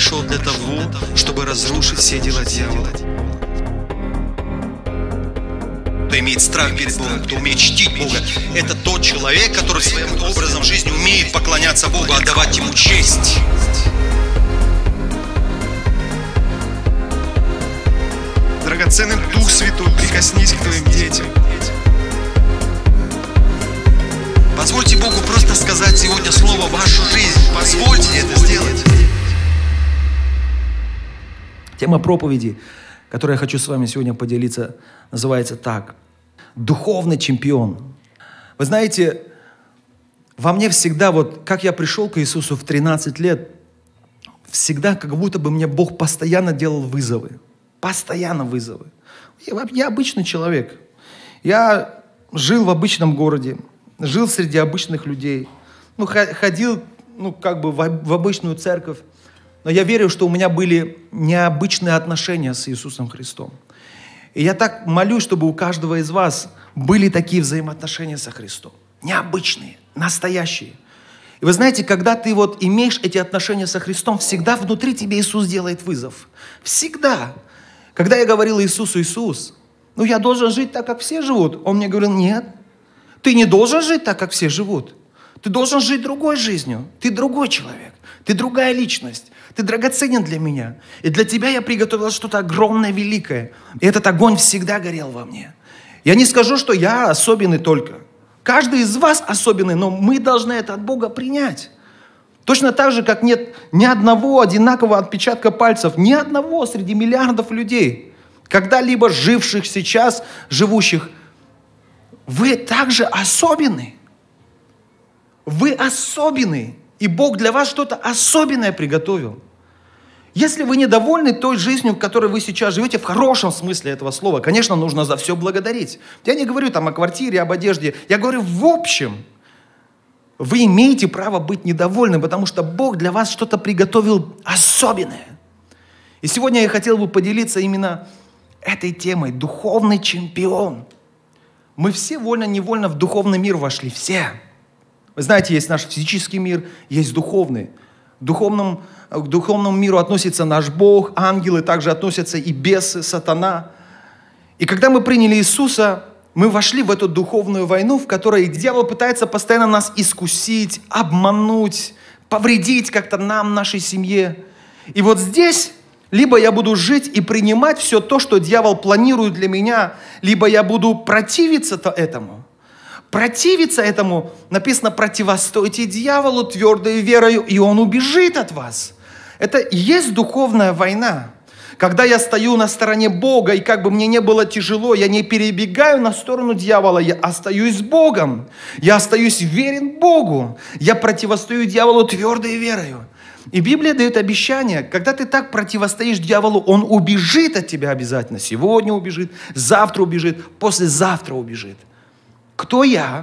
пришел для того, чтобы разрушить все дела дьявола. Кто имеет страх перед Богом, кто умеет чтить Бога, это тот человек, который своим образом жизни умеет поклоняться Богу, отдавать Ему честь. Драгоценный Дух Святой, прикоснись к твоим детям. Позвольте Богу просто сказать сегодня слово в вашу жизнь. Позвольте это сделать. Тема проповеди, которой я хочу с вами сегодня поделиться, называется так. Духовный чемпион. Вы знаете, во мне всегда, как я пришел к Иисусу в 13 лет, всегда как будто бы мне Бог постоянно делал вызовы. Постоянно вызовы. Я обычный человек. Я жил в обычном городе, жил среди обычных людей. Ходил, в обычную церковь. Но я верю, что у меня были необычные отношения с Иисусом Христом. И я так молюсь, чтобы у каждого из вас были такие взаимоотношения со Христом. Необычные, настоящие. И вы знаете, когда ты имеешь эти отношения со Христом, всегда внутри тебе Иисус делает вызов. Всегда. Когда я говорил Иисусу: Иисус, я должен жить так, как все живут. Он мне говорил: нет, ты не должен жить так, как все живут. Ты должен жить другой жизнью. Ты другой человек. Ты другая личность. Ты драгоценен для меня. И для тебя я приготовил что-то огромное, великое. И этот огонь всегда горел во мне. Я не скажу, что я особенный только. Каждый из вас особенный, но мы должны это от Бога принять. Точно так же, как нет ни одного одинакового отпечатка пальцев, ни одного среди миллиардов людей, когда-либо живших сейчас, живущих. Вы также особенны. Вы особенны. И Бог для вас что-то особенное приготовил. Если вы недовольны той жизнью, в которой вы сейчас живете, в хорошем смысле этого слова, конечно, нужно за все благодарить. Я не говорю о квартире, об одежде. Я говорю в общем. Вы имеете право быть недовольны, потому что Бог для вас что-то приготовил особенное. И сегодня я хотел бы поделиться именно этой темой. Духовный чемпион. Мы все вольно-невольно в духовный мир вошли. Все. Вы знаете, есть наш физический мир, есть духовный. К духовному миру относится наш Бог, ангелы, также относятся и бесы, сатана. И когда мы приняли Иисуса, мы вошли в эту духовную войну, в которой дьявол пытается постоянно нас искусить, обмануть, повредить как-то нам, нашей семье. И здесь либо я буду жить и принимать все то, что дьявол планирует для меня, либо я буду противиться этому. Противиться этому, написано: противостойте дьяволу твердой верою, и он убежит от вас. Это и есть духовная война. Когда я стою на стороне Бога, и как бы мне не было тяжело, я не перебегаю на сторону дьявола, я остаюсь с Богом. Я остаюсь верен Богу. Я противостою дьяволу твердой верою. И Библия дает обещание: когда ты так противостоишь дьяволу, он убежит от тебя обязательно. Сегодня убежит, завтра убежит, послезавтра убежит. Кто я?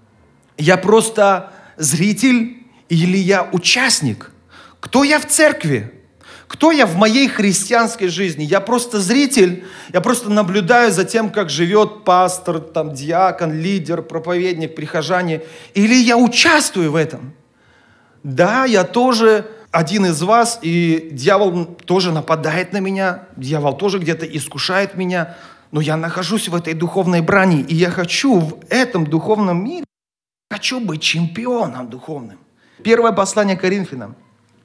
Я просто зритель или я участник? Кто я в церкви? Кто я в моей христианской жизни? Я просто зритель, я просто наблюдаю за тем, как живет пастор, диакон, лидер, проповедник, прихожане. Или я участвую в этом? Да, я тоже один из вас, и дьявол тоже нападает на меня, дьявол тоже где-то искушает меня. Но я нахожусь в этой духовной брани, и я хочу в этом духовном мире, хочу быть чемпионом духовным. Первое послание Коринфянам,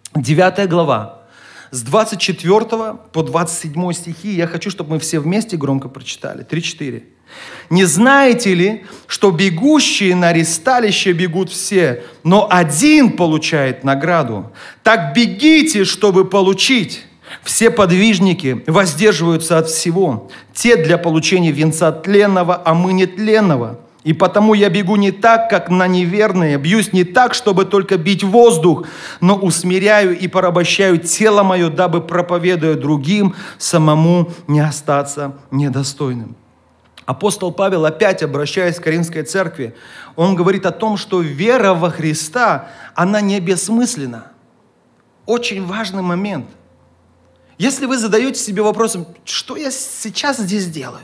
9 глава, с 24 по 27 стихи. Я хочу, чтобы мы все вместе громко прочитали. 3-4. «Не знаете ли, что бегущие на ресталище бегут все, но один получает награду? Так бегите, чтобы получить». Все подвижники воздерживаются от всего. Те для получения венца тленного, а мы нетленного. И потому я бегу не так, как на неверные, бьюсь не так, чтобы только бить воздух, но усмиряю и порабощаю тело мое, дабы, проповедуя другим, самому не остаться недостойным. Апостол Павел, опять обращаясь к Коринфской церкви, он говорит о том, что вера во Христа, она не бессмысленна. Очень важный момент. Если вы задаете себе вопросом: что я сейчас здесь делаю?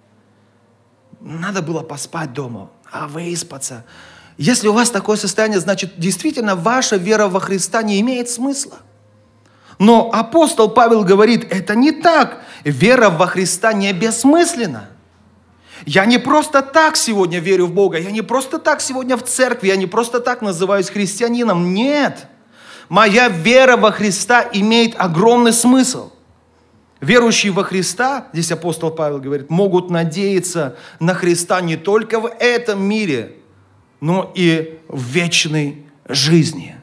Надо было поспать дома, выспаться. Если у вас такое состояние, значит, действительно, ваша вера во Христа не имеет смысла. Но апостол Павел говорит, это не так. Вера во Христа не бессмысленна. Я не просто так сегодня верю в Бога, я не просто так сегодня в церкви, я не просто так называюсь христианином. Нет. Моя вера во Христа имеет огромный смысл. Верующие во Христа, здесь апостол Павел говорит, могут надеяться на Христа не только в этом мире, но и в вечной жизни.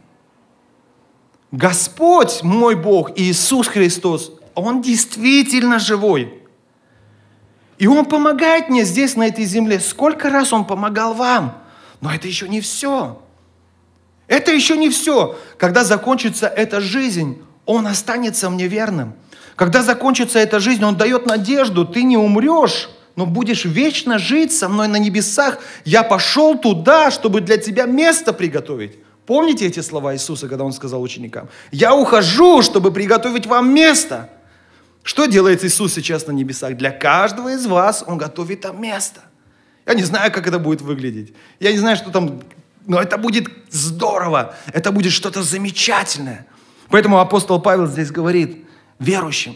Господь, мой Бог, Иисус Христос, Он действительно живой. И Он помогает мне здесь, на этой земле. Сколько раз Он помогал вам. Но это еще не все. Это еще не все. Когда закончится эта жизнь, Он останется мне верным. Когда закончится эта жизнь, Он дает надежду. Ты не умрешь, но будешь вечно жить со мной на небесах. Я пошел туда, чтобы для тебя место приготовить. Помните эти слова Иисуса, когда Он сказал ученикам? Я ухожу, чтобы приготовить вам место. Что делает Иисус сейчас на небесах? Для каждого из вас Он готовит там место. Я не знаю, как это будет выглядеть. Я не знаю, что там... Но это будет здорово. Это будет что-то замечательное. Поэтому апостол Павел здесь говорит верующим: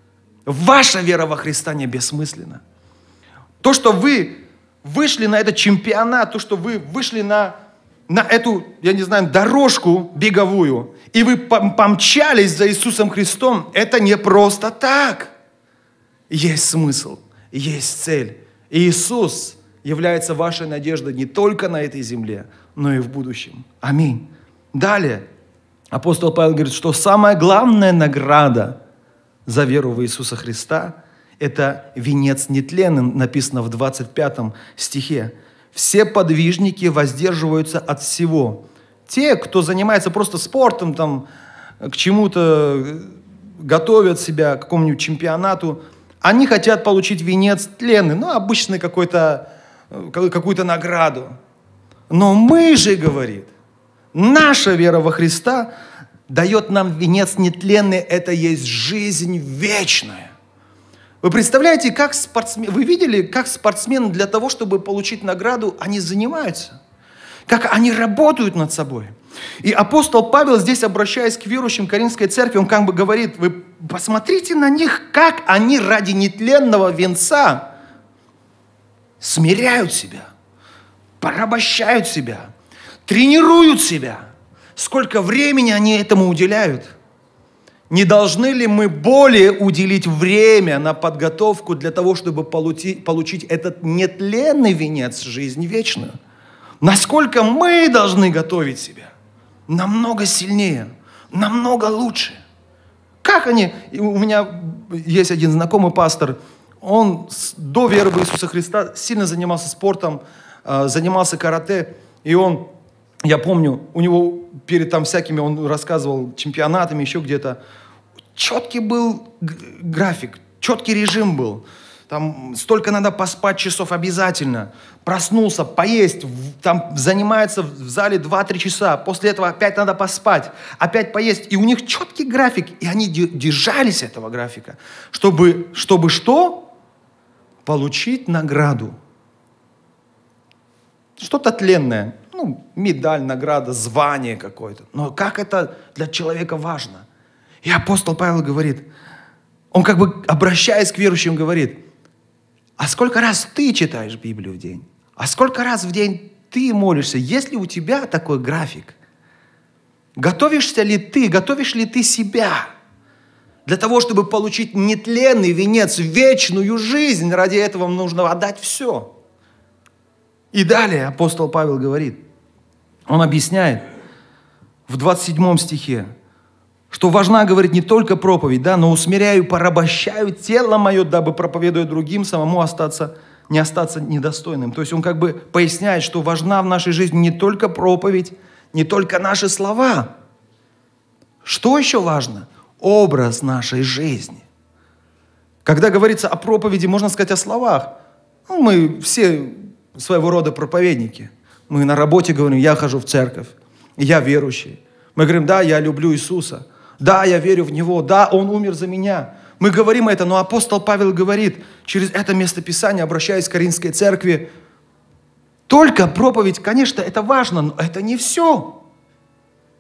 ваша вера во Христа не бессмысленна. То, что вы вышли на этот чемпионат, то, что вы вышли на эту, я не знаю, дорожку беговую, и вы помчались за Иисусом Христом, это не просто так. Есть смысл, есть цель. И Иисус является вашей надеждой не только на этой земле, но и в будущем. Аминь. Далее апостол Павел говорит, что самая главная награда за веру в Иисуса Христа – это венец нетленный, написано в 25 стихе. Все подвижники воздерживаются от всего. Те, кто занимается просто спортом, там, к чему-то готовят себя, к какому-нибудь чемпионату, они хотят получить венец тленный, ну, обычный какую-то награду. Но мы же, говорит, наша вера во Христа дает нам венец нетленный, это есть жизнь вечная. Вы представляете, вы видели, как спортсмены для того, чтобы получить награду, они занимаются? Как они работают над собой? И апостол Павел здесь, обращаясь к верующим Коринфской церкви, он как бы говорит, вы посмотрите на них, как они ради нетленного венца смиряют себя, порабощают себя, тренируют себя. Сколько времени они этому уделяют? Не должны ли мы более уделить время на подготовку для того, чтобы получить этот нетленный венец, жизнь вечную? Насколько мы должны готовить себя? Намного сильнее, намного лучше. Как они? У меня есть один знакомый пастор, он до веры в Иисуса Христа сильно занимался спортом, занимался карате, и он, я помню, у него перед там всякими, он рассказывал, чемпионатами, еще где-то, четкий был график, четкий режим был. Там столько надо поспать часов обязательно. Проснулся, поесть, там занимается в зале 2-3 часа. После этого опять надо поспать, опять поесть. И у них четкий график. И они держались этого графика, чтобы что? Получить награду. Что-то тленное. Ну, медаль, награда, звание какое-то. Но как это для человека важно? И апостол Павел говорит, он как бы, обращаясь к верующим, говорит, а сколько раз ты читаешь Библию в день? А сколько раз в день ты молишься? Есть ли у тебя такой график? Готовишь ли ты себя для того, чтобы получить нетленный венец, вечную жизнь? Ради этого нужно отдать все. И далее апостол Павел говорит, он объясняет в 27 стихе, что важна, говорит, не только проповедь, да, но усмиряю, порабощаю тело мое, дабы, проповедуя другим, самому не остаться недостойным. То есть он как бы поясняет, что важна в нашей жизни не только проповедь, не только наши слова. Что еще важно? Образ нашей жизни. Когда говорится о проповеди, можно сказать о словах. Ну, мы все своего рода проповедники. Мы на работе говорим, я хожу в церковь, я верующий. Мы говорим, да, я люблю Иисуса. Да, я верю в Него. Да, Он умер за меня. Мы говорим это, но апостол Павел говорит, через это местописание, обращаясь к Коринфской церкви, только проповедь, конечно, это важно, но это не все.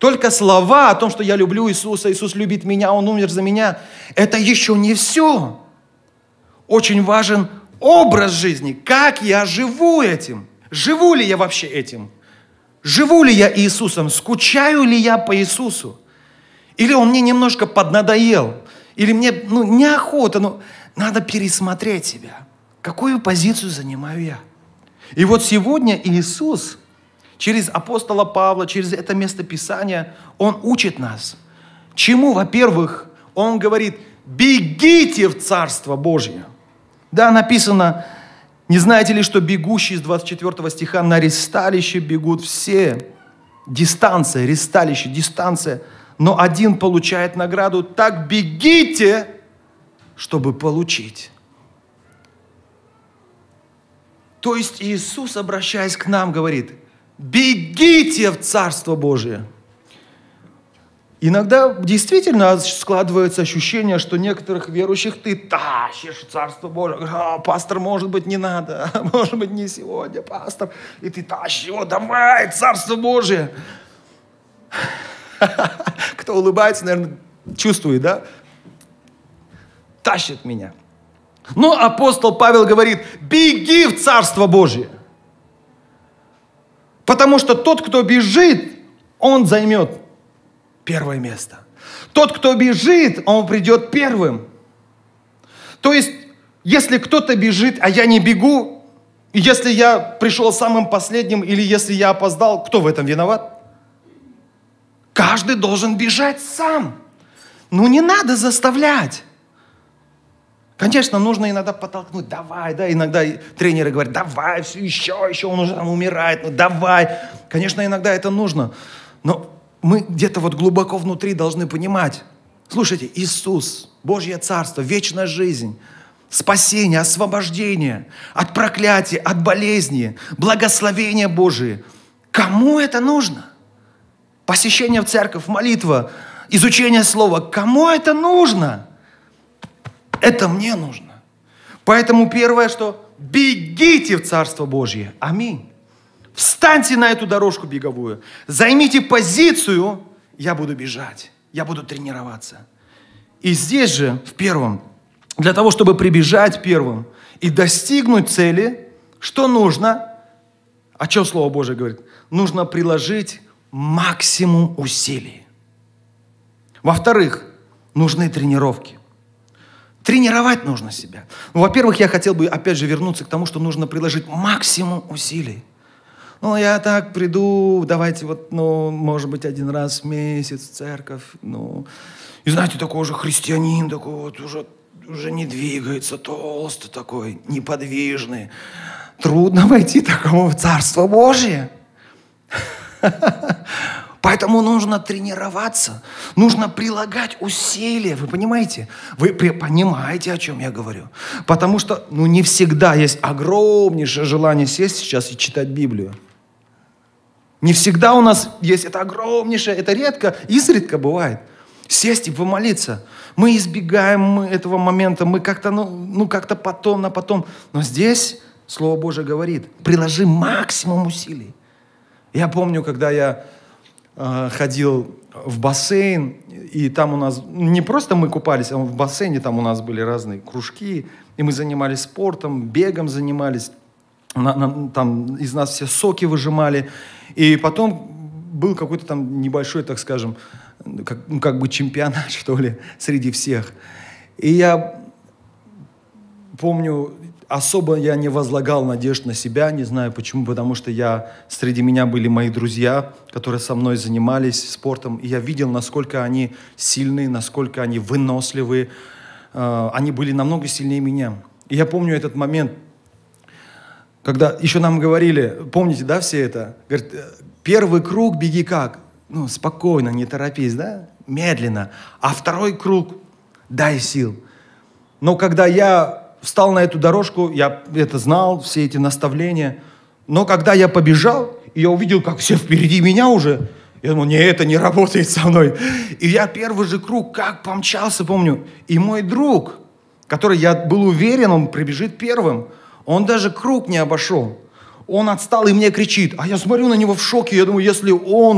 Только слова о том, что я люблю Иисуса, Иисус любит меня, Он умер за меня, это еще не все. Очень важен образ жизни, как я живу этим. Живу ли я вообще этим? Живу ли я Иисусом? Скучаю ли я по Иисусу? Или Он мне немножко поднадоел? Или мне неохота, надо пересмотреть себя. Какую позицию занимаю я? И вот сегодня Иисус через апостола Павла, через это место Писания, Он учит нас. Чему? Во-первых, Он говорит, бегите в Царство Божье. Да, написано, не знаете ли, что бегущие с 24 стиха на ресталище бегут все. Дистанция, ресталище, дистанция. Но один получает награду. Так бегите, чтобы получить. То есть Иисус, обращаясь к нам, говорит, бегите в Царство Божие. Иногда действительно складывается ощущение, что некоторых верующих ты тащишь в Царство Божие. Пастор, может быть, не надо, может быть, не сегодня, пастор. И ты тащишь его, давай, Царство Божие. Кто улыбается, наверное, чувствует, да? Тащит меня. Но апостол Павел говорит, беги в Царство Божие. Потому что тот, кто бежит, он займет первое место. Тот, кто бежит, он придет первым. То есть, если кто-то бежит, а я не бегу, и если я пришел самым последним, или если я опоздал, кто в этом виноват? Каждый должен бежать сам. Не надо заставлять. Конечно, нужно иногда подтолкнуть, давай, да, иногда тренеры говорят, давай, все, еще, он уже там умирает, давай. Конечно, иногда это нужно, но мы где-то вот глубоко внутри должны понимать, слушайте, Иисус, Божье Царство, вечная жизнь, спасение, освобождение от проклятия, от болезни, благословения Божие. Кому это нужно? Посещение в церковь, молитва, изучение слова. Кому это нужно? Это мне нужно. Поэтому первое, что бегите в Царство Божье. Аминь. Встаньте на эту дорожку беговую. Займите позицию. Я буду бежать. Я буду тренироваться. И здесь же, в первом, для того, чтобы прибежать первым и достигнуть цели, что нужно? О чем Слово Божие говорит? Нужно приложить максимум усилий. Во-вторых, нужны тренировки. Тренировать нужно себя. Во-первых, я хотел бы, опять же, вернуться к тому, что нужно приложить максимум усилий. Я так приду, давайте может быть, один раз в месяц в церковь. И знаете, такой же христианин, такой вот уже не двигается, толстый такой, неподвижный. Трудно войти такому в Царство Божие. Поэтому нужно тренироваться, нужно прилагать усилия, вы понимаете? Вы понимаете, о чем я говорю? Потому что, не всегда есть огромнейшее желание сесть сейчас и читать Библию. Не всегда у нас есть это огромнейшее, это редко, изредка бывает. Сесть и помолиться. Мы избегаем этого момента, мы как-то, как-то потом. Но здесь Слово Божие говорит, приложи максимум усилий. Я помню, когда я ходил в бассейн, и там у нас, не просто мы купались, а в бассейне там у нас были разные кружки, и мы занимались спортом, бегом занимались, там из нас все соки выжимали, и потом был какой-то там небольшой, так скажем, как бы чемпионат, что ли, среди всех. И я помню, особо я не возлагал надежд на себя, не знаю почему, потому что среди меня были мои друзья, которые со мной занимались спортом, и я видел, насколько они сильны, насколько они выносливы, они были намного сильнее меня. И я помню этот момент, когда еще нам говорили, помните, да, все это? Говорят, первый круг беги как? Спокойно, не торопись, да? Медленно. А второй круг дай сил. Но когда я встал на эту дорожку, я это знал, все эти наставления. Но когда я побежал, и я увидел, как все впереди меня уже, я думал, это не работает со мной. И я первый же круг как помчался, помню. И мой друг, который я был уверен, он прибежит первым, он даже круг не обошел. Он отстал и мне кричит. А я смотрю на него в шоке. Я думаю, если он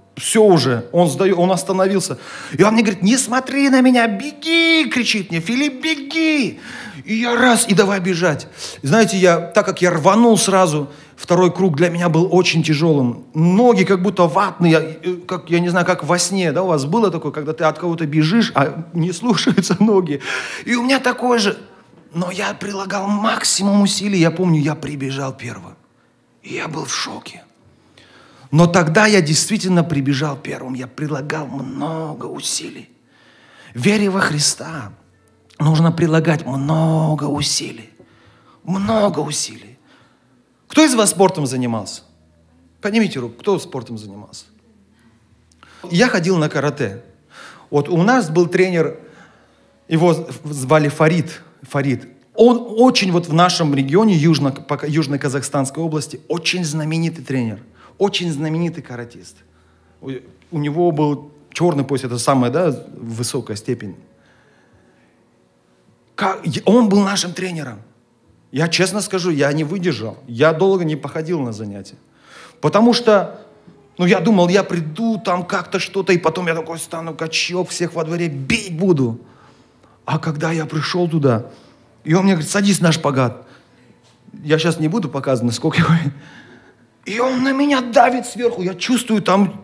все уже, он остановился. И он мне говорит, не смотри на меня, беги, кричит мне, Филипп, беги. И я раз, и давай бежать. И знаете, так как я рванул сразу, второй круг для меня был очень тяжелым. Ноги как будто ватные, я не знаю, как во сне, да, у вас было такое, когда ты от кого-то бежишь, а не слушаются ноги. И у меня такое же. Но я прилагал максимум усилий. Я помню, я прибежал первым. И я был в шоке. Но тогда я действительно прибежал первым. Я прилагал много усилий. В вере во Христа нужно прилагать много усилий. Много усилий. Кто из вас спортом занимался? Поднимите руку, кто спортом занимался? Я ходил на карате. Вот у нас был тренер, его звали Фарид. Он очень вот в нашем регионе, Южной Казахстанской области, очень знаменитый тренер. Очень знаменитый каратист. У него был черный пояс, это самая, да, высокая степень. Он был нашим тренером. Я честно скажу, я не выдержал. Я долго не походил на занятия. Потому что, я думал, я приду, там как-то что-то, и потом я такой стану качок, всех во дворе бить буду. А когда я пришел туда, и он мне говорит, садись на шпагат. Я сейчас не буду показывать, насколько я... И он на меня давит сверху. Я чувствую там...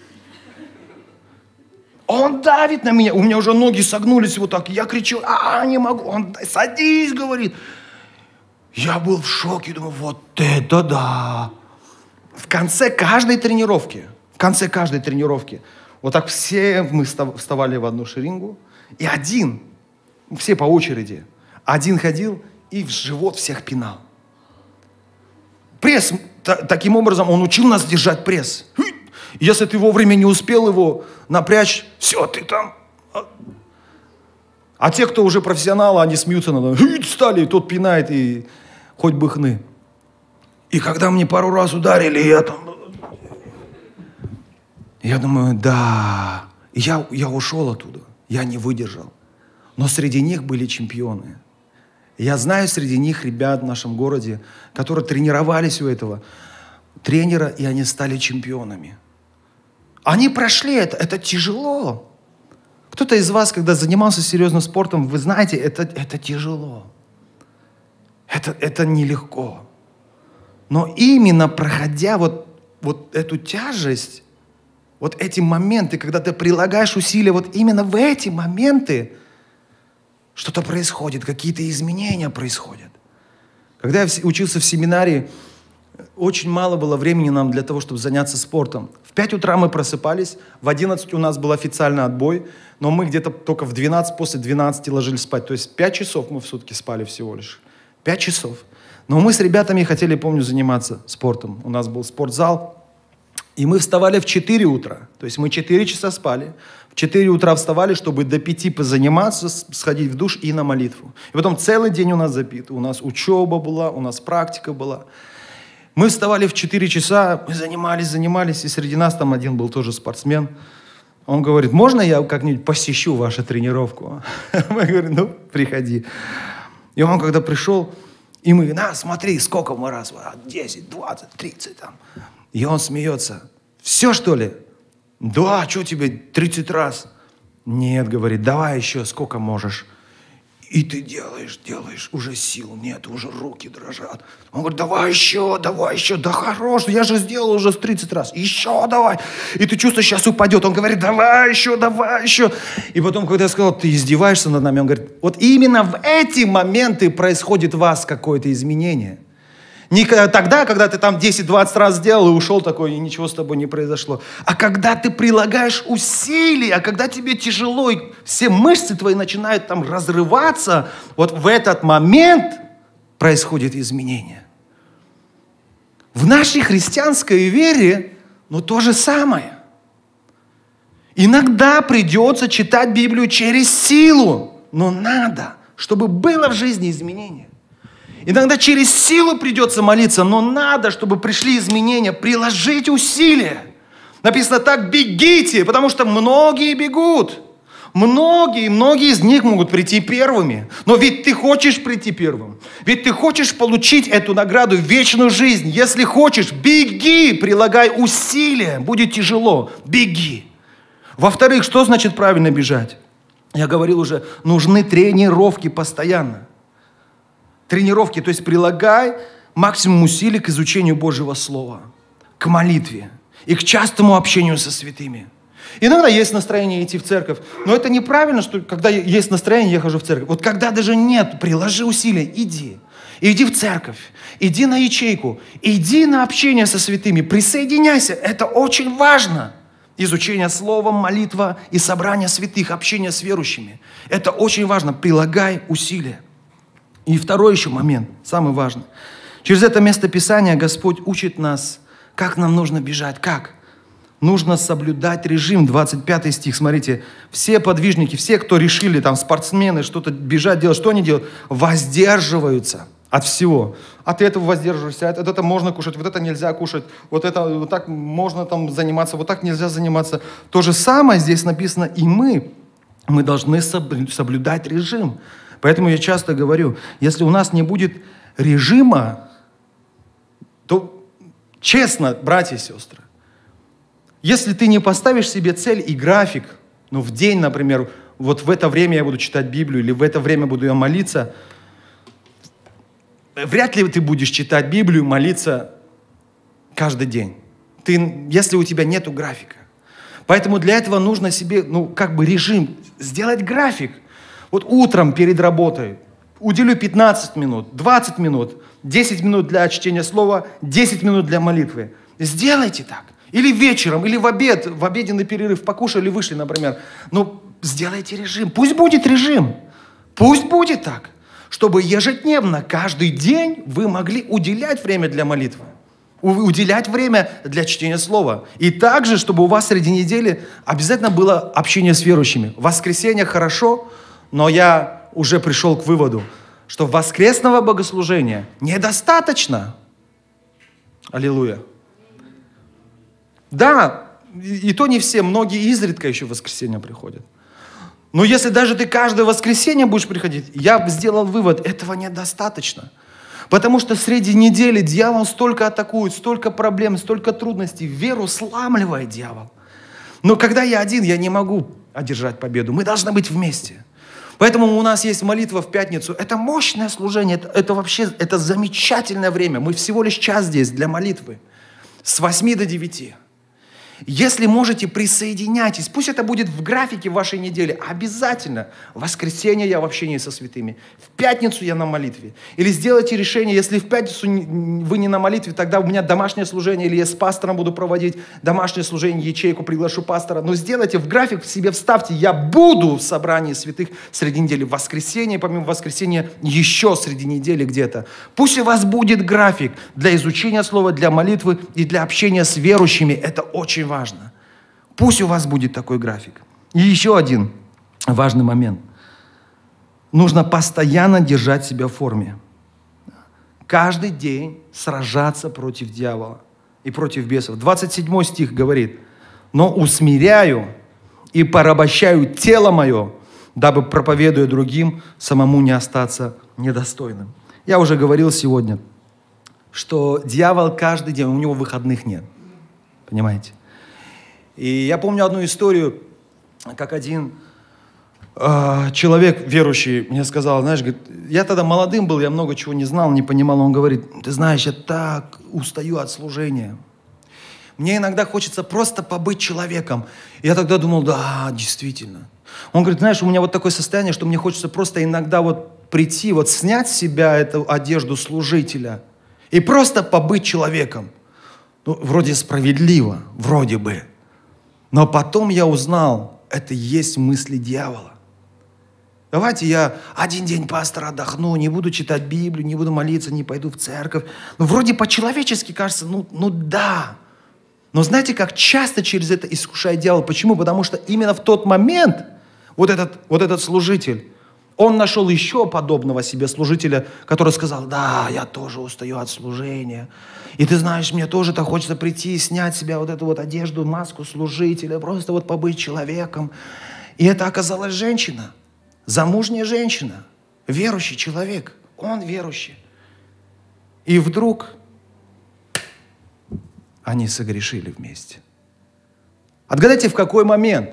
Он давит на меня. У меня уже ноги согнулись вот так. Я кричу, не могу. Он, садись, говорит. Я был в шоке. Думаю, вот это да. В конце каждой тренировки, вот так все мы вставали в одну шеренгу. И все по очереди, один ходил и в живот всех пинал. Пресс, таким образом, он учил нас держать пресс. Если ты вовремя не успел его напрячь, все, ты там. А те, кто уже профессионалы, они смеются надо мной. Встали, тот пинает, и хоть бы хны. И когда мне пару раз ударили, я думаю, да. Я ушел оттуда, я не выдержал. Но среди них были чемпионы. Я знаю среди них ребят в нашем городе, которые тренировались у этого тренера, и они стали чемпионами. Они прошли это тяжело. Кто-то из вас, когда занимался серьезным спортом, вы знаете, это тяжело. Это нелегко. Но именно проходя вот эту тяжесть, вот эти моменты, когда ты прилагаешь усилия, вот именно в эти моменты что-то происходит, какие-то изменения происходят. Когда я учился в семинарии, очень мало было времени нам для того, чтобы заняться спортом. В 5 утра мы просыпались, в 11 у нас был официальный отбой, но мы где-то только в 12, после 12 ложились спать. То есть 5 часов мы в сутки спали всего лишь. 5 часов. Но мы с ребятами хотели, помню, заниматься спортом. У нас был спортзал, и мы вставали в 4 утра. То есть мы 4 часа спали. В 4 утра вставали, чтобы до 5 позаниматься, сходить в душ и на молитву. И потом целый день у нас забит. У нас учеба была, у нас практика была. Мы вставали в 4 часа, мы занимались, и среди нас там один был тоже спортсмен. Он говорит, можно я как-нибудь посещу вашу тренировку? Мы говорим, приходи. И он когда пришел, и мы, смотри, сколько мы раз, 10, 20, 30 там. И он смеется. Все, что ли? Да, что тебе, 30 раз? Нет, говорит, давай еще, сколько можешь. И ты делаешь, уже сил нет, уже руки дрожат. Он говорит, давай еще, да хорош, я же сделал уже 30 раз, еще давай. И ты чувствуешь, сейчас упадет. Он говорит, давай еще. И потом, когда я сказал, ты издеваешься над нами, он говорит, вот именно в эти моменты происходит в вас какое-то изменение. Не тогда, когда ты там 10-20 раз сделал и ушел такой, и ничего с тобой не произошло. А когда ты прилагаешь усилия, а когда тебе тяжело, и все мышцы твои начинают там разрываться, вот в этот момент происходит изменение. В нашей христианской вере, то же самое. Иногда придется читать Библию через силу, но надо, чтобы было в жизни изменение. Иногда через силу придется молиться, но надо, чтобы пришли изменения, приложить усилия. Написано так, бегите, потому что многие бегут. Многие из них могут прийти первыми. Но ведь ты хочешь прийти первым. Ведь ты хочешь получить эту награду, вечную жизнь. Если хочешь, беги, прилагай усилия. Будет тяжело, беги. Во-вторых, что значит правильно бежать? Я говорил уже, нужны тренировки постоянно. Тренировки, то есть прилагай максимум усилий к изучению Божьего Слова, к молитве и к частому общению со святыми. Иногда есть настроение идти в церковь, но это неправильно, что когда есть настроение, я хожу в церковь. Вот когда даже нет, приложи усилия, иди. Иди в церковь, иди на ячейку, иди на общение со святыми, присоединяйся. Это очень важно. Изучение слова, молитва и собрание святых, общение с верующими. Это очень важно. Прилагай усилия. И второй еще момент, самый важный. Через это место Писания Господь учит нас, как нам нужно бежать. Как? Нужно соблюдать режим. 25 стих, смотрите. Все подвижники, все, кто решили, там, спортсмены, что-то бежать, делать, что они делают? Воздерживаются от всего. От этого воздерживаешься, от этого можно кушать, вот это нельзя кушать, вот так можно там заниматься, вот так нельзя заниматься. То же самое здесь написано и мы. Мы должны соблюдать режим. Поэтому я часто говорю, если у нас не будет режима, то честно, братья и сестры, если ты не поставишь себе цель и график, в день, например, вот в это время я буду читать Библию или в это время буду я молиться, вряд ли ты будешь читать Библию, молиться каждый день. Если у тебя нету графика. Поэтому для этого нужно себе, режим, сделать график. Вот утром перед работой уделю 15 минут, 20 минут, 10 минут для чтения слова, 10 минут для молитвы. Сделайте так. Или вечером, или в обеденный перерыв покушали, вышли, например. Сделайте режим. Пусть будет режим. Пусть будет так. Чтобы ежедневно, каждый день вы могли уделять время для молитвы. Уделять время для чтения слова. И также, чтобы у вас среди недели обязательно было общение с верующими. В воскресенье хорошо, но я уже пришел к выводу, что воскресного богослужения недостаточно. Аллилуйя. Да, и то не все, многие изредка еще в воскресенье приходят. Но если даже ты каждое воскресенье будешь приходить, я сделал вывод, этого недостаточно. Потому что среди недели дьявол столько атакует, столько проблем, столько трудностей, веру сламливает дьявол. Но когда я один, я не могу одержать победу. Мы должны быть вместе. Поэтому у нас есть молитва в пятницу. Это мощное служение, это замечательное время. Мы всего лишь час здесь для молитвы. С 8 до 9. Если можете, присоединяйтесь. Пусть это будет в графике вашей недели. Обязательно. В воскресенье я в общении со святыми. В пятницу я на молитве. Или сделайте решение, если в пятницу вы не на молитве, тогда у меня домашнее служение, или я с пастором буду проводить домашнее служение, ячейку, приглашу пастора. Но сделайте в график, себе вставьте, я буду в собрании святых среди недели. В воскресенье, помимо воскресенья, еще среди недели где-то. Пусть у вас будет график для изучения слова, для молитвы и для общения с верующими. Это очень важно. Пусть у вас будет такой график. И еще один важный момент. Нужно постоянно держать себя в форме. Каждый день сражаться против дьявола и против бесов. 27 стих говорит: «Но усмиряю и порабощаю тело мое, дабы, проповедуя другим, самому не остаться недостойным». Я уже говорил сегодня, что дьявол каждый день, у него выходных нет. Понимаете? И я помню одну историю, как один человек верующий мне сказал, знаешь, говорит, я тогда молодым был, я много чего не знал, не понимал. Он говорит: ты знаешь, я так устаю от служения. Мне иногда хочется просто побыть человеком. И я тогда думал, да, действительно. Он говорит: знаешь, у меня вот такое состояние, что мне хочется просто иногда вот прийти, вот снять с себя эту одежду служителя и просто побыть человеком. Вроде справедливо, вроде бы. Но потом я узнал, это и есть мысли дьявола. Давайте я один день, пастор, отдохну, не буду читать Библию, не буду молиться, не пойду в церковь. Вроде по-человечески кажется, да. Но знаете, как часто через это искушает дьявол? Почему? Потому что именно в тот момент вот этот служитель, он нашел еще подобного себе служителя, который сказал: да, я тоже устаю от служения. И ты знаешь, мне тоже так хочется прийти и снять с себя вот эту вот одежду, маску служителя, просто вот побыть человеком. И это оказалась женщина, замужняя женщина, верующий человек. Он верующий. И вдруг они согрешили вместе. Отгадайте, в какой момент?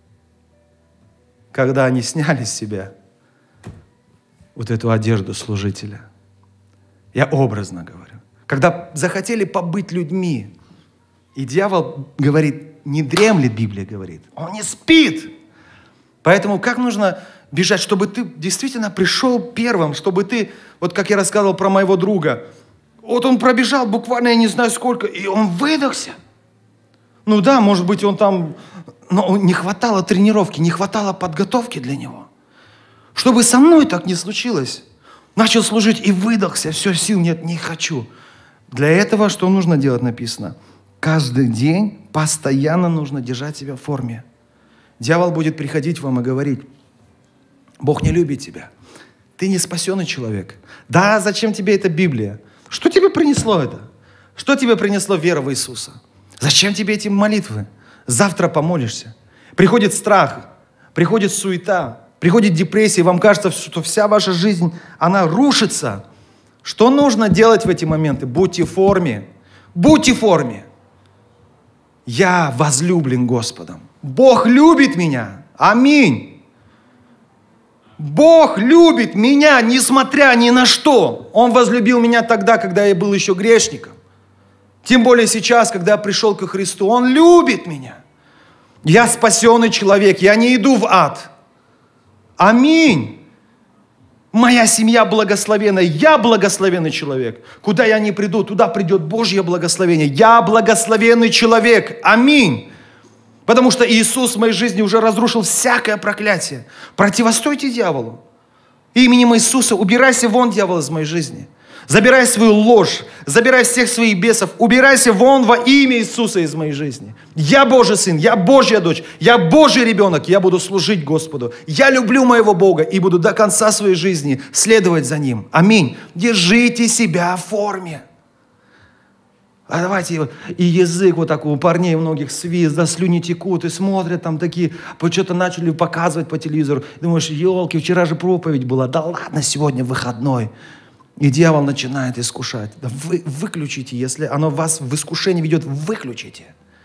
Когда они сняли с себя вот эту одежду служителя. Я образно говорю. Когда захотели побыть людьми. И дьявол говорит, не дремлет, Библия говорит. Он не спит. Поэтому как нужно бежать, чтобы ты действительно пришел первым, чтобы ты, вот как я рассказывал про моего друга, вот он пробежал буквально, я не знаю сколько, и он выдохся. Ну да, может быть, он там, но не хватало тренировки, не хватало подготовки для него. Чтобы со мной так не случилось. Начал служить и выдохся, все, сил нет, не хочу. Для этого что нужно делать, написано? Каждый день постоянно нужно держать себя в форме. Дьявол будет приходить вам и говорить, Бог не любит тебя. Ты не спасенный человек. Да, зачем тебе эта Библия? Что тебе принесло это? Что тебе принесло вера в Иисуса? Зачем тебе эти молитвы? Завтра помолишься. Приходит страх, приходит суета, приходит депрессия, и вам кажется, что вся ваша жизнь, она рушится. Что нужно делать в эти моменты? Будьте в форме. Будьте в форме. Я возлюблен Господом. Бог любит меня. Аминь. Бог любит меня, несмотря ни на что. Он возлюбил меня тогда, когда я был еще грешником. Тем более сейчас, когда я пришел ко Христу. Он любит меня. Я спасенный человек. Я не иду в ад. Аминь. Моя семья благословенная. Я благословенный человек. Куда я не приду, туда придет Божье благословение. Я благословенный человек. Аминь. Потому что Иисус в моей жизни уже разрушил всякое проклятие. Противостойте дьяволу. Именем Иисуса убирайся вон, дьявол, из моей жизни. Забирай свою ложь, забирай всех своих бесов, убирайся вон во имя Иисуса из моей жизни. Я Божий сын, я Божья дочь, я Божий ребенок, я буду служить Господу. Я люблю моего Бога и буду до конца своей жизни следовать за Ним. Аминь. Держите себя в форме. А давайте, и язык вот так у парней многих свист, да, слюни текут, и смотрят там такие, что-то начали показывать по телевизору. Думаешь, елки, вчера же проповедь была, да ладно, сегодня выходной. И дьявол начинает искушать. Да выключите, если оно вас в искушение ведет, выключите.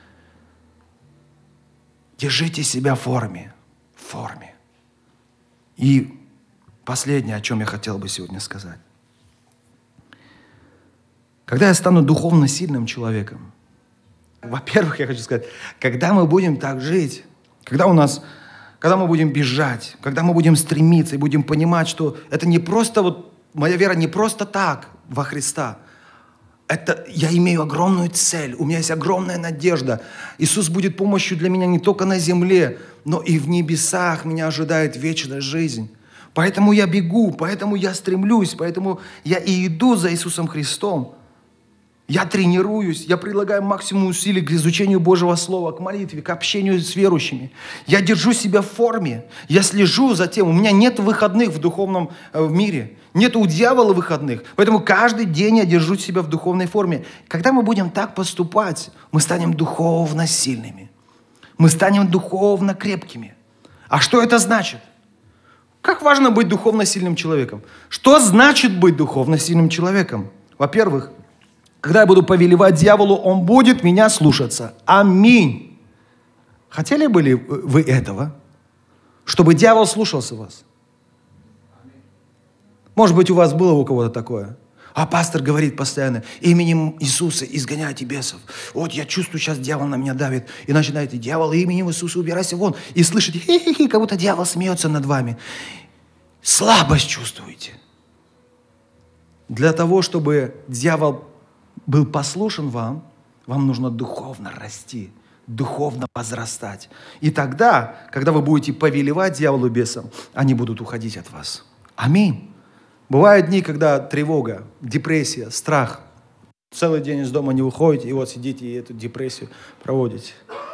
Держите себя в форме. В форме. И последнее, о чем я хотел бы сегодня сказать. Когда я стану духовно сильным человеком, во-первых, я хочу сказать, когда мы будем так жить, когда мы будем бежать, когда мы будем стремиться и будем понимать, что это не просто вот, моя вера не просто так во Христа. Это я имею огромную цель, у меня есть огромная надежда. Иисус будет помощью для меня не только на земле, но и в небесах меня ожидает вечная жизнь. Поэтому я бегу, поэтому я стремлюсь, поэтому я и иду за Иисусом Христом. Я тренируюсь, я прилагаю максимум усилий к изучению Божьего Слова, к молитве, к общению с верующими. Я держу себя в форме, я слежу за тем. У меня нет выходных в духовном мире, нет у дьявола выходных. Поэтому каждый день я держу себя в духовной форме. Когда мы будем так поступать, мы станем духовно сильными. Мы станем духовно крепкими. А что это значит? Как важно быть духовно сильным человеком? Что значит быть духовно сильным человеком? Во-первых, когда я буду повелевать дьяволу, он будет меня слушаться. Аминь. Хотели бы ли вы этого? Чтобы дьявол слушался вас? Может быть, у вас было у кого-то такое? А пастор говорит постоянно, именем Иисуса изгоняйте бесов. Вот я чувствую, сейчас дьявол на меня давит. И начинаете, дьявол, именем Иисуса убирайся вон. И слышите, хи-хи-хи, как будто дьявол смеется над вами. Слабость чувствуете. Для того, чтобы дьявол был послушен вам, вам нужно духовно расти, духовно возрастать. И тогда, когда вы будете повелевать дьяволу бесам, они будут уходить от вас. Аминь. Бывают дни, когда тревога, депрессия, страх. Целый день из дома не выходите, и вот сидите и эту депрессию проводите.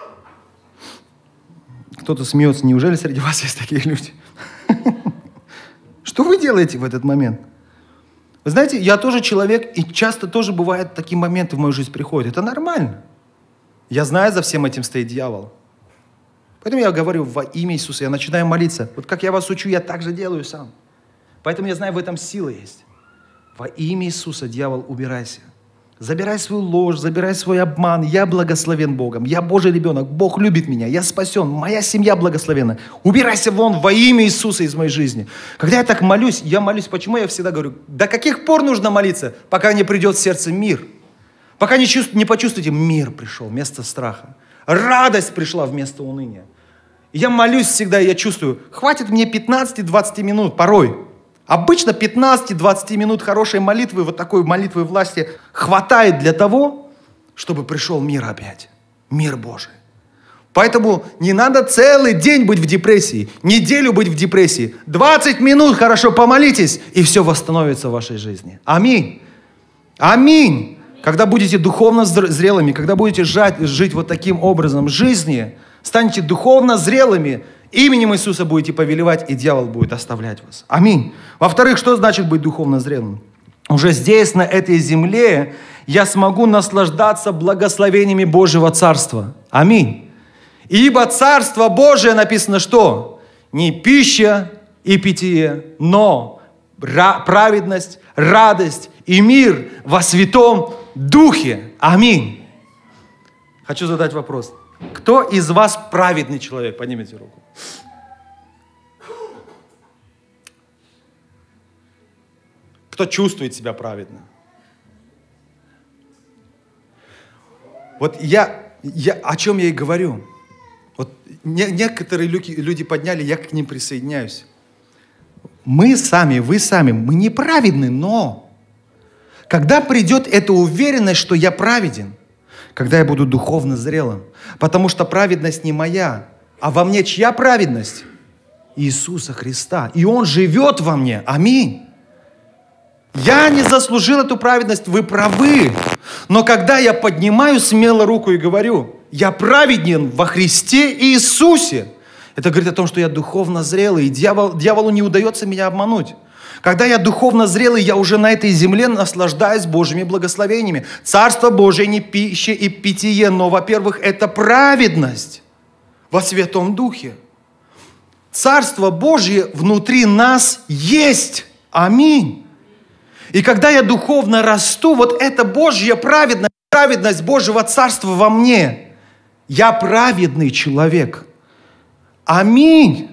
Кто-то смеется, неужели среди вас есть такие люди? Что вы делаете в этот момент? Вы знаете, я тоже человек, и часто тоже бывают такие моменты в мою жизнь приходят. Это нормально. Я знаю, за всем этим стоит дьявол. Поэтому я говорю во имя Иисуса, я начинаю молиться. Вот как я вас учу, я так же делаю сам. Поэтому я знаю, в этом сила есть. Во имя Иисуса, дьявол, убирайся. Забирай свою ложь, забирай свой обман. Я благословен Богом. Я Божий ребенок. Бог любит меня. Я спасен. Моя семья благословена. Убирайся вон во имя Иисуса из моей жизни. Когда я так молюсь, почему я всегда говорю, до каких пор нужно молиться, пока не придет в сердце мир? Пока не почувствуете, мир пришел вместо страха. Радость пришла вместо уныния. Я молюсь всегда, я чувствую, хватит мне 15-20 минут порой. Обычно 15-20 минут хорошей молитвы, вот такой молитвы власти, хватает для того, чтобы пришел мир опять. Мир Божий. Поэтому не надо целый день быть в депрессии, неделю быть в депрессии. 20 минут хорошо помолитесь, и все восстановится в вашей жизни. Аминь. Аминь. Когда будете духовно зрелыми, когда будете жить вот таким образом жизни, станете духовно зрелыми, именем Иисуса будете повелевать, и дьявол будет оставлять вас. Аминь. Во-вторых, что значит быть духовно зрелым? Уже здесь, на этой земле, я смогу наслаждаться благословениями Божьего Царства. Аминь. Ибо Царство Божие написано что? Не пища и питье, но праведность, радость и мир во Святом Духе. Аминь. Хочу задать вопрос. Кто из вас праведный человек? Поднимите руку. Кто чувствует себя праведно? Вот я о чем я и говорю. Вот некоторые люди подняли, я к ним присоединяюсь. Мы сами, вы сами, мы неправедны, но когда придет эта уверенность, что я праведен, когда я буду духовно зрелым, потому что праведность не моя, а во мне чья праведность? Иисуса Христа. И Он живет во мне. Аминь. Я не заслужил эту праведность, вы правы. Но когда я поднимаю смело руку и говорю, я праведен во Христе Иисусе, это говорит о том, что я духовно зрелый, и дьяволу не удается меня обмануть. Когда я духовно зрелый, я уже на этой земле наслаждаюсь Божьими благословениями. Царство Божие не пища и питье, но, во-первых, это праведность во Святом Духе. Царство Божье внутри нас есть. Аминь. И когда я духовно расту, вот эта Божья праведность, праведность Божьего Царства во мне, я праведный человек. Аминь.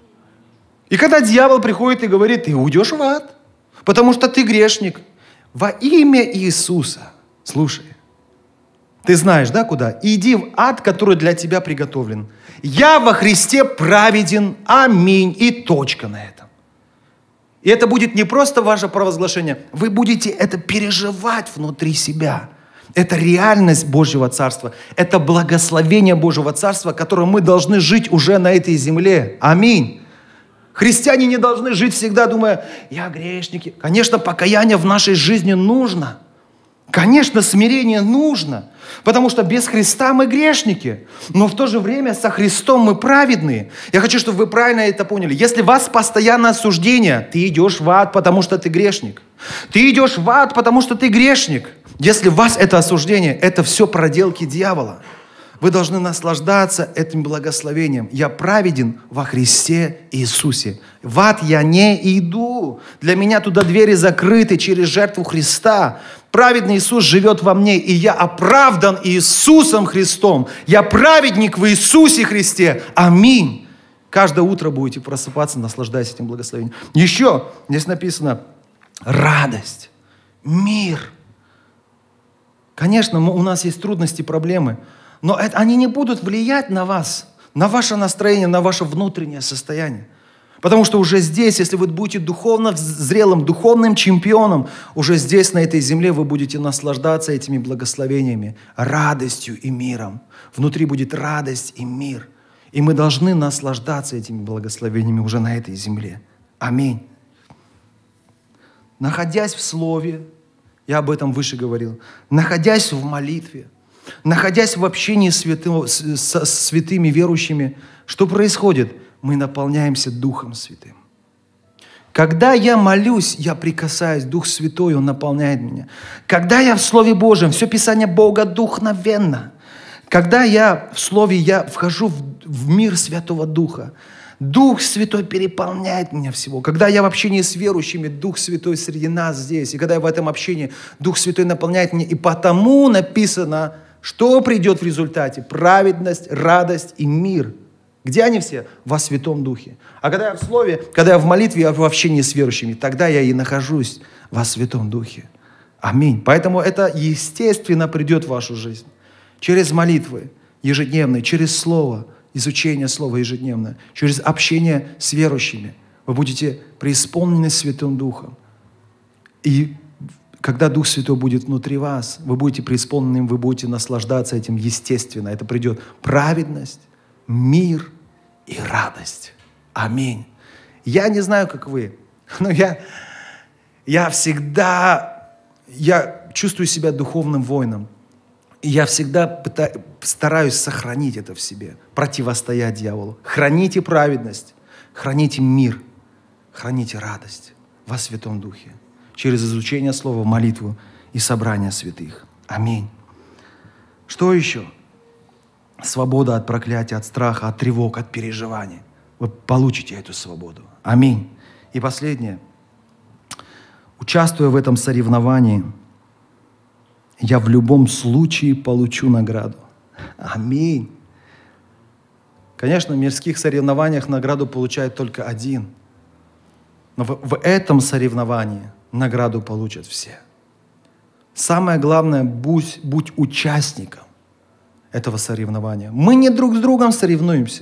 И когда дьявол приходит и говорит, ты уйдешь в ад, потому что ты грешник, во имя Иисуса, слушай, ты знаешь, да, куда? Иди в ад, который для тебя приготовлен. Я во Христе праведен, аминь, и точка на этом. И это будет не просто ваше провозглашение, вы будете это переживать внутри себя. Это реальность Божьего Царства, это благословение Божьего Царства, которым мы должны жить уже на этой земле. Аминь. Христиане не должны жить всегда, думая, я грешник. Конечно, покаяние в нашей жизни нужно. Конечно, смирение нужно. Потому что без Христа мы грешники. Но в то же время со Христом мы праведные. Я хочу, чтобы вы правильно это поняли. Если у вас постоянное осуждение, ты идешь в ад, потому что ты грешник. Ты идешь в ад, потому что ты грешник. Если у вас это осуждение, это все проделки дьявола. Вы должны наслаждаться этим благословением. Я праведен во Христе Иисусе. В ад я не иду. Для меня туда двери закрыты через жертву Христа. Праведный Иисус живет во мне, и я оправдан Иисусом Христом. Я праведник в Иисусе Христе. Аминь. Каждое утро будете просыпаться, наслаждаясь этим благословением. Еще здесь написано радость, мир. Конечно, у нас есть трудности, проблемы. Но они не будут влиять на вас, на ваше настроение, на ваше внутреннее состояние. Потому что уже здесь, если вы будете духовно зрелым, духовным чемпионом, уже здесь, на этой земле, вы будете наслаждаться этими благословениями, радостью и миром. Внутри будет радость и мир. И мы должны наслаждаться этими благословениями уже на этой земле. Аминь. Находясь в Слове, я об этом выше говорил, находясь в молитве, находясь в общении с святыми верующими, что происходит? Мы наполняемся Духом Святым. Когда я молюсь, я прикасаюсь, Дух Святой, Он наполняет меня. Когда я в Слове Божьем, все Писание Бога духновенно. Когда я в Слове, я вхожу в мир Святого Духа. Дух Святой переполняет меня всего. Когда я в общении с верующими, Дух Святой среди нас здесь. И когда я в этом общении, Дух Святой наполняет меня. И потому написано, что придет в результате? Праведность, радость и мир. Где они все? Во Святом Духе. А когда я в Слове, когда я в молитве, я в общении с верующими, тогда я и нахожусь во Святом Духе. Аминь. Поэтому это естественно придет в вашу жизнь. Через молитвы ежедневные, через Слово, изучение Слова ежедневное, через общение с верующими. Вы будете преисполнены Святым Духом. И когда Дух Святой будет внутри вас, вы будете преисполнены им, вы будете наслаждаться этим естественно. Это придет праведность, мир и радость. Аминь. Я не знаю, как вы, но я чувствую себя духовным воином. И я всегда стараюсь сохранить это в себе, противостоять дьяволу. Храните праведность, храните мир, храните радость во Святом Духе. Через изучение Слова, молитву и собрание святых. Аминь. Что еще? Свобода от проклятия, от страха, от тревог, от переживаний. Вы получите эту свободу. Аминь. И последнее. Участвуя в этом соревновании, я в любом случае получу награду. Аминь. Конечно, в мирских соревнованиях награду получает только один. Но в этом соревновании награду получат все. Самое главное, будь участником этого соревнования. Мы не друг с другом соревнуемся.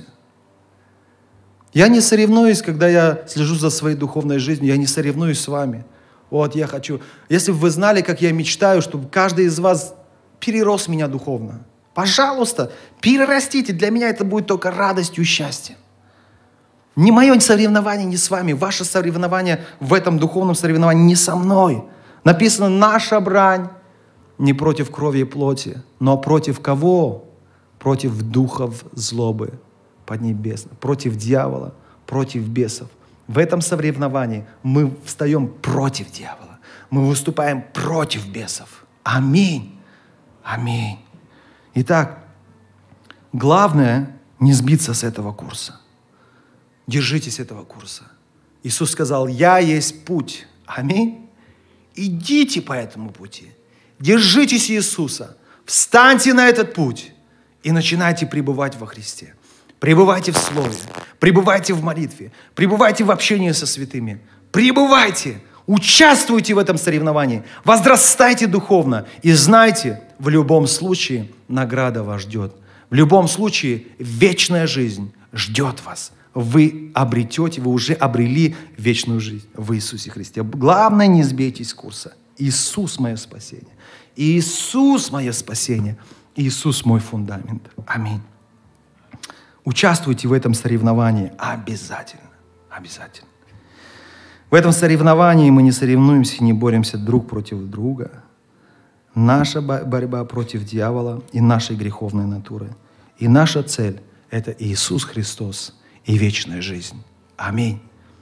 Я не соревнуюсь, когда я слежу за своей духовной жизнью, я не соревнуюсь с вами. Вот я хочу. Если бы вы знали, как я мечтаю, чтобы каждый из вас перерос меня духовно. Пожалуйста, перерастите. Для меня это будет только радостью и счастьем. Не мое соревнование не с вами. Ваше соревнование в этом духовном соревновании не со мной. Написано, наша брань не против крови и плоти, но против кого? Против духов злобы поднебесной, против дьявола, против бесов. В этом соревновании мы встаем против дьявола. Мы выступаем против бесов. Аминь. Аминь. Итак, главное не сбиться с этого курса. Держитесь этого курса. Иисус сказал, я есть путь. Аминь. Идите по этому пути. Держитесь Иисуса. Встаньте на этот путь и начинайте пребывать во Христе. Пребывайте в Слове, пребывайте в молитве, пребывайте в общении со святыми. Пребывайте, участвуйте в этом соревновании, возрастайте духовно и знайте, в любом случае награда вас ждет. В любом случае вечная жизнь ждет вас. Вы обретете, вы уже обрели вечную жизнь в Иисусе Христе. Главное, не сбейтесь с курса. Иисус мое спасение. Иисус мое спасение. Иисус мой фундамент. Аминь. Участвуйте в этом соревновании обязательно. Обязательно. В этом соревновании мы не соревнуемся и не боремся друг против друга. Наша борьба против дьявола и нашей греховной натуры. И наша цель – это Иисус Христос и вечная жизнь. Аминь.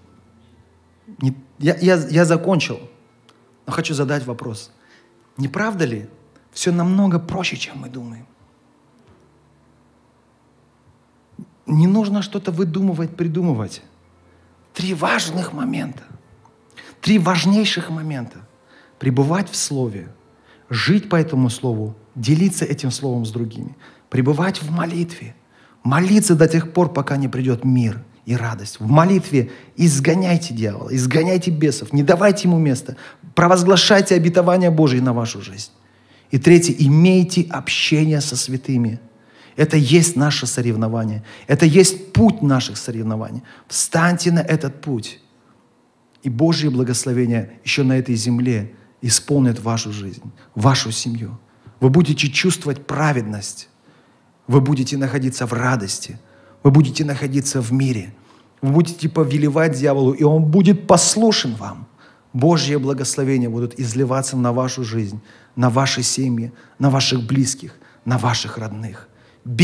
Я закончил, но хочу задать вопрос. Не правда ли все намного проще, чем мы думаем? Не нужно что-то выдумывать, придумывать. 3 важных момента. 3 важнейших момента. Пребывать в Слове, жить по этому Слову, делиться этим Словом с другими. Пребывать в молитве. Молиться до тех пор, пока не придет мир и радость. В молитве изгоняйте дьявола, изгоняйте бесов, не давайте ему места. Провозглашайте обетование Божие на вашу жизнь. И 3, имейте общение со святыми. Это есть наше соревнование. Это есть путь наших соревнований. Встаньте на этот путь. И Божье благословение еще на этой земле исполнит вашу жизнь, вашу семью. Вы будете чувствовать праведность. Вы будете находиться в радости. Вы будете находиться в мире. Вы будете повелевать дьяволу, и он будет послушен вам. Божье благословение будут изливаться на вашу жизнь, на ваши семьи, на ваших близких, на ваших родных.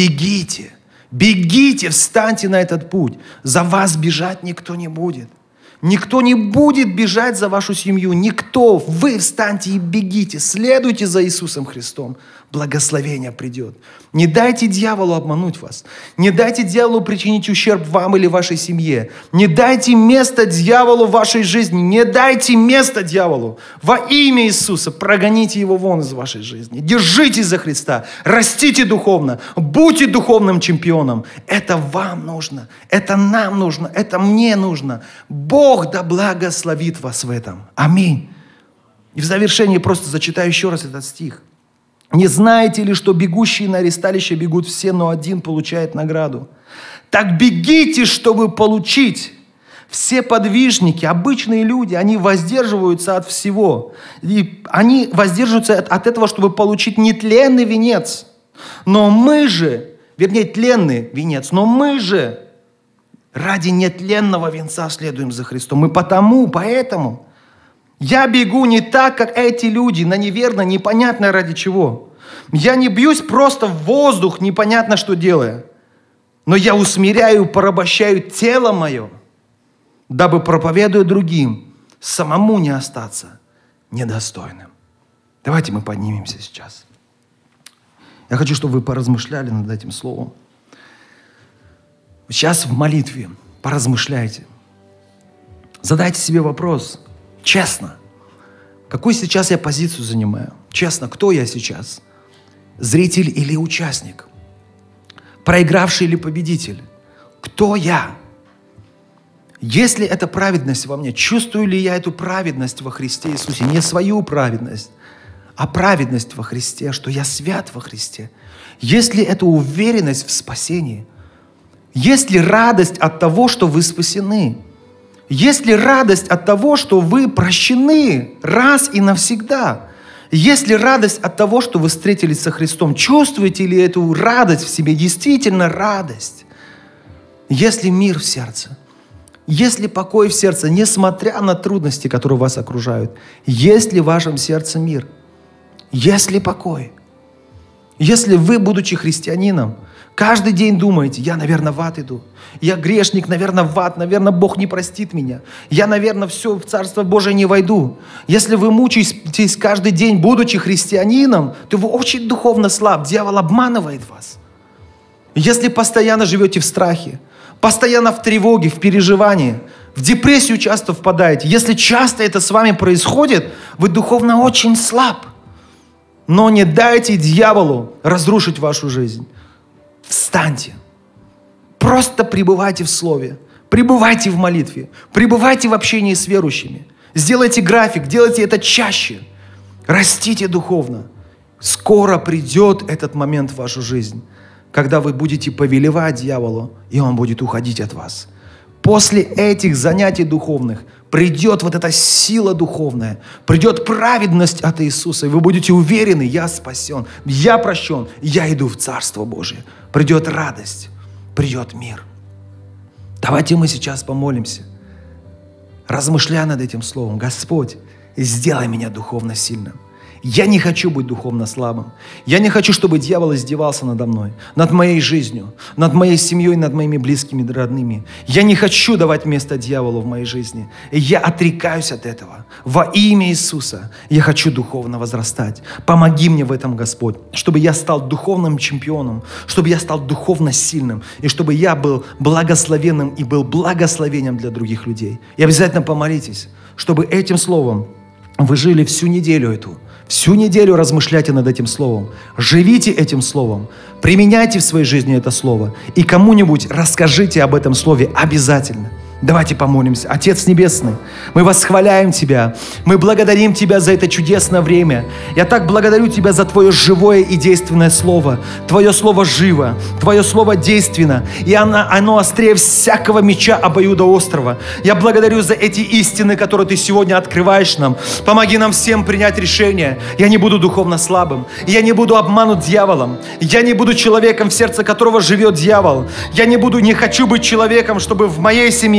Бегите, бегите, встаньте на этот путь. За вас бежать никто не будет. Никто не будет бежать за вашу семью. Никто. Вы встаньте и бегите. Следуйте за Иисусом Христом. Благословение придет. Не дайте дьяволу обмануть вас. Не дайте дьяволу причинить ущерб вам или вашей семье. Не дайте место дьяволу в вашей жизни. Не дайте место дьяволу. Во имя Иисуса прогоните его вон из вашей жизни. Держитесь за Христа. Растите духовно. Будьте духовным чемпионом. Это вам нужно. Это нам нужно. Это мне нужно. Бог да благословит вас в этом. Аминь. И в завершении просто зачитаю еще раз этот стих. «Не знаете ли, что бегущие на аресталище бегут все, но один получает награду? Так бегите, чтобы получить». Все подвижники, обычные люди, они воздерживаются от всего. И они воздерживаются от этого, чтобы получить нетленный венец. Но мы же, вернее, тленный венец, но мы же ради нетленного венца следуем за Христом. И поэтому я бегу не так, как эти люди, на неверно, непонятно ради чего. Я не бьюсь просто в воздух, непонятно что делая. Но я усмиряю, порабощаю тело мое, дабы, проповедуя другим, самому не остаться недостойным. Давайте мы поднимемся сейчас. Я хочу, чтобы вы поразмышляли над этим словом. Сейчас в молитве поразмышляйте. Задайте себе вопрос. Честно, какую сейчас я позицию занимаю? Честно, кто я сейчас? Зритель или участник? Проигравший или победитель? Кто я? Есть ли эта праведность во мне? Чувствую ли я эту праведность во Христе Иисусе? Не свою праведность, а праведность во Христе, что я свят во Христе. Есть ли эта уверенность в спасении? Есть ли радость от того, что вы спасены? Есть ли радость от того, что вы прощены раз и навсегда? Есть ли радость от того, что вы встретились со Христом? Чувствуете ли эту радость в себе? Действительно радость. Есть ли мир в сердце? Есть ли покой в сердце, несмотря на трудности, которые вас окружают? Есть ли в вашем сердце мир? Есть ли покой? Если вы, будучи христианином, каждый день думаете, я, наверное, в ад иду. Я грешник, наверное, в ад. Наверное, Бог не простит меня. Я, наверное, все, в Царство Божие не войду. Если вы мучаетесь каждый день, будучи христианином, то вы очень духовно слаб. Дьявол обманывает вас. Если постоянно живете в страхе, постоянно в тревоге, в переживании, в депрессию часто впадаете, если часто это с вами происходит, вы духовно очень слаб. Но не дайте дьяволу разрушить вашу жизнь. Встаньте. Просто пребывайте в Слове. Пребывайте в молитве. Пребывайте в общении с верующими. Сделайте график, делайте это чаще. Растите духовно. Скоро придет этот момент в вашу жизнь, когда вы будете повелевать дьяволу, и он будет уходить от вас. После этих занятий духовных придет вот эта сила духовная, придет праведность от Иисуса, и вы будете уверены, я спасен, я прощен, я иду в Царство Божие. Придет радость, придет мир. Давайте мы сейчас помолимся, размышляя над этим словом. Господь, сделай меня духовно сильным. Я не хочу быть духовно слабым. Я не хочу, чтобы дьявол издевался надо мной, над моей жизнью, над моей семьей, над моими близкими, родными. Я не хочу давать место дьяволу в моей жизни. И я отрекаюсь от этого. Во имя Иисуса я хочу духовно возрастать. Помоги мне в этом, Господь, чтобы я стал духовным чемпионом, чтобы я стал духовно сильным, и чтобы я был благословенным и был благословением для других людей. И обязательно помолитесь, чтобы этим словом вы жили всю неделю эту. Всю неделю размышляйте над этим словом. Живите этим словом. Применяйте в своей жизни это слово. И кому-нибудь расскажите об этом слове обязательно. Давайте помолимся. Отец Небесный, мы восхваляем Тебя. Мы благодарим Тебя за это чудесное время. Я так благодарю Тебя за Твое живое и действенное Слово. Твое Слово живо, Твое Слово действенно. И оно острее всякого меча обоюдоострого. Я благодарю за эти истины, которые Ты сегодня открываешь нам. Помоги нам всем принять решение. Я не буду духовно слабым. Я не буду обманут дьяволом. Я не буду человеком, в сердце которого живет дьявол. Я не хочу быть человеком, чтобы в моей семье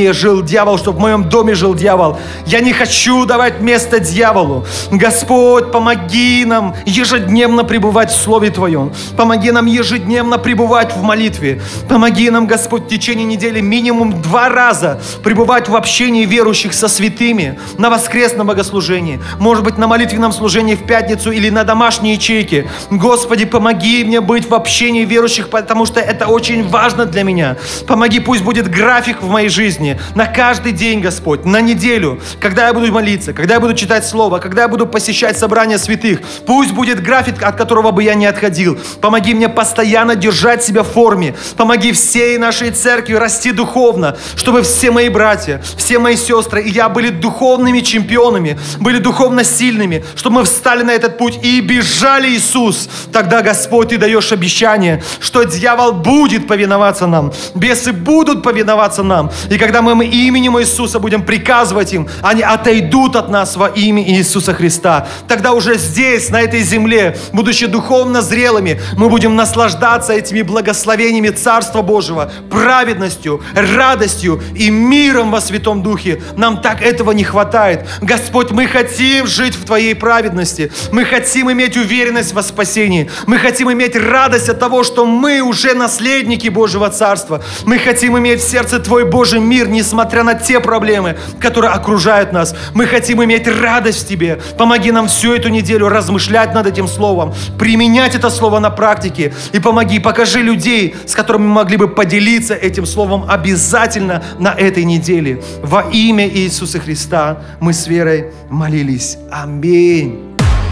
семье жил дьявол, чтобы в моем доме жил дьявол. Я не хочу давать место дьяволу. Господь, помоги нам ежедневно пребывать в Слове Твоем. Помоги нам ежедневно пребывать в молитве. Помоги нам, Господь, в течение недели минимум 2 раза пребывать в общении верующих со святыми на воскресном богослужении. Может быть, на молитвенном служении в пятницу или на домашней ячейке. Господи, помоги мне быть в общении верующих, потому что это очень важно для меня. Помоги, пусть будет график в моей жизни на каждый день, Господь, на неделю, когда я буду молиться, когда я буду читать Слово, когда я буду посещать собрания святых. Пусть будет график, от которого бы я не отходил. Помоги мне постоянно держать себя в форме. Помоги всей нашей церкви расти духовно, чтобы все мои братья, все мои сестры и я были духовными чемпионами, были духовно сильными, чтобы мы встали на этот путь и бежали, Иисус. Тогда, Господь, Ты даешь обещание, что дьявол будет повиноваться нам, бесы будут повиноваться нам. И когда мы именем Иисуса будем приказывать им, они отойдут от нас во имя Иисуса Христа. Тогда уже здесь, на этой земле, будучи духовно зрелыми, мы будем наслаждаться этими благословениями Царства Божьего, праведностью, радостью и миром во Святом Духе. Нам так этого не хватает. Господь, мы хотим жить в Твоей праведности. Мы хотим иметь уверенность во спасении. Мы хотим иметь радость от того, что мы уже наследники Божьего Царства. Мы хотим иметь в сердце Твой Божий мир, несмотря на те проблемы, которые окружают нас. Мы хотим иметь радость в Тебе. Помоги нам всю эту неделю размышлять над этим Словом, применять это Слово на практике. И помоги, покажи людей, с которыми мы могли бы поделиться этим Словом обязательно на этой неделе. Во имя Иисуса Христа мы с верой молились. Аминь.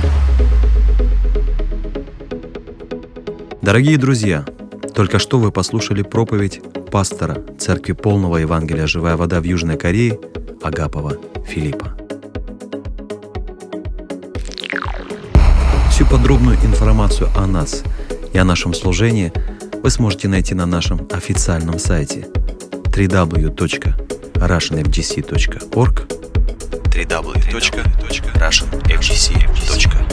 Дорогие друзья, только что вы послушали проповедь пастора Церкви Полного Евангелия «Живая вода» в Южной Корее Агапова Филиппа. Всю подробную информацию о нас и о нашем служении вы сможете найти на нашем официальном сайте www.russianfgc.org www.russianfgc.org